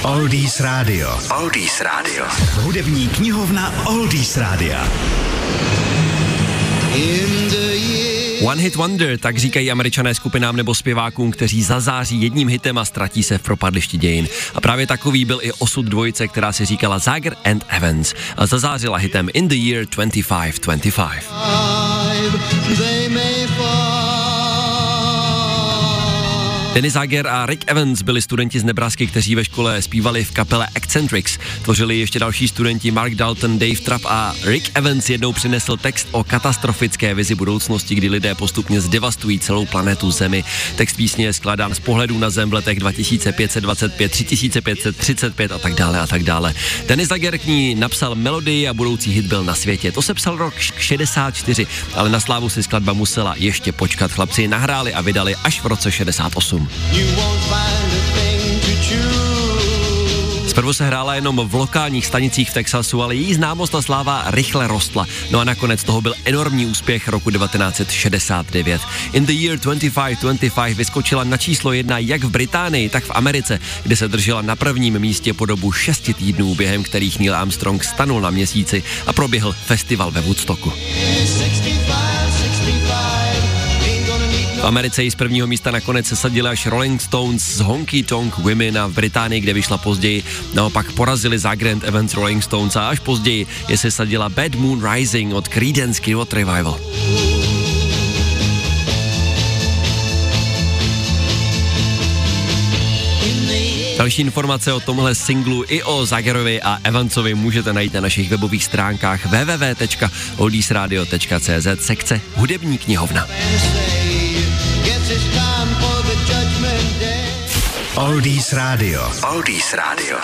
Oldies Radio. Oldies Radio. Hudební knihovna Oldies Rádia. One Hit Wonder, tak říkají Američané skupinám nebo zpěvákům, kteří zazáří jedním hitem a ztratí se v propadlišti dějin. A právě takový byl i osud dvojice, která se říkala Zager and Evans a zazářila hitem In the Year 2525. Dennis Zager a Rick Evans byli studenti z Nebrasky, kteří ve škole zpívali v kapele Eccentrics. Tvořili ještě další studenti Mark Dalton, Dave Trapp a Rick Evans jednou přinesl text o katastrofické vizi budoucnosti, kdy lidé postupně zdevastují celou planetu Zemi. Text písně je skládán z pohledu na Zem v letech 2525, 3535 a tak dále a tak dále. Dennis Zager k ní napsal melodii a budoucí hit byl na světě. To se psal rok 64, ale na slávu si skladba musela ještě počkat. Chlapci ji nahráli a vydali až v roce 68. Zprvu se hrála jenom v lokálních stanicích v Texasu, ale její známost a sláva rychle rostla. No a nakonec toho byl enormní úspěch roku 1969. In the Year 2525 vyskočila na číslo 1 jak v Británii, tak v Americe, kde se držela na prvním místě po dobu 6 týdnů, během kterých Neil Armstrong stanul na měsíci a proběhl festival ve Woodstocku. V Americe ji z prvního místa nakonec sesadili až Rolling Stones s Honky Tonk Women a v Británii, kde vyšla později, naopak porazili Zager and Evans Rolling Stones a až později je sesadila Bad Moon Rising od Creedence Clearwater Revival. Další informace o tomhle singlu i o Zagerovi a Evansovi můžete najít na našich webových stránkách www.oldiesradio.cz sekce Hudební knihovna. Oldies Radio. Oldies Radio.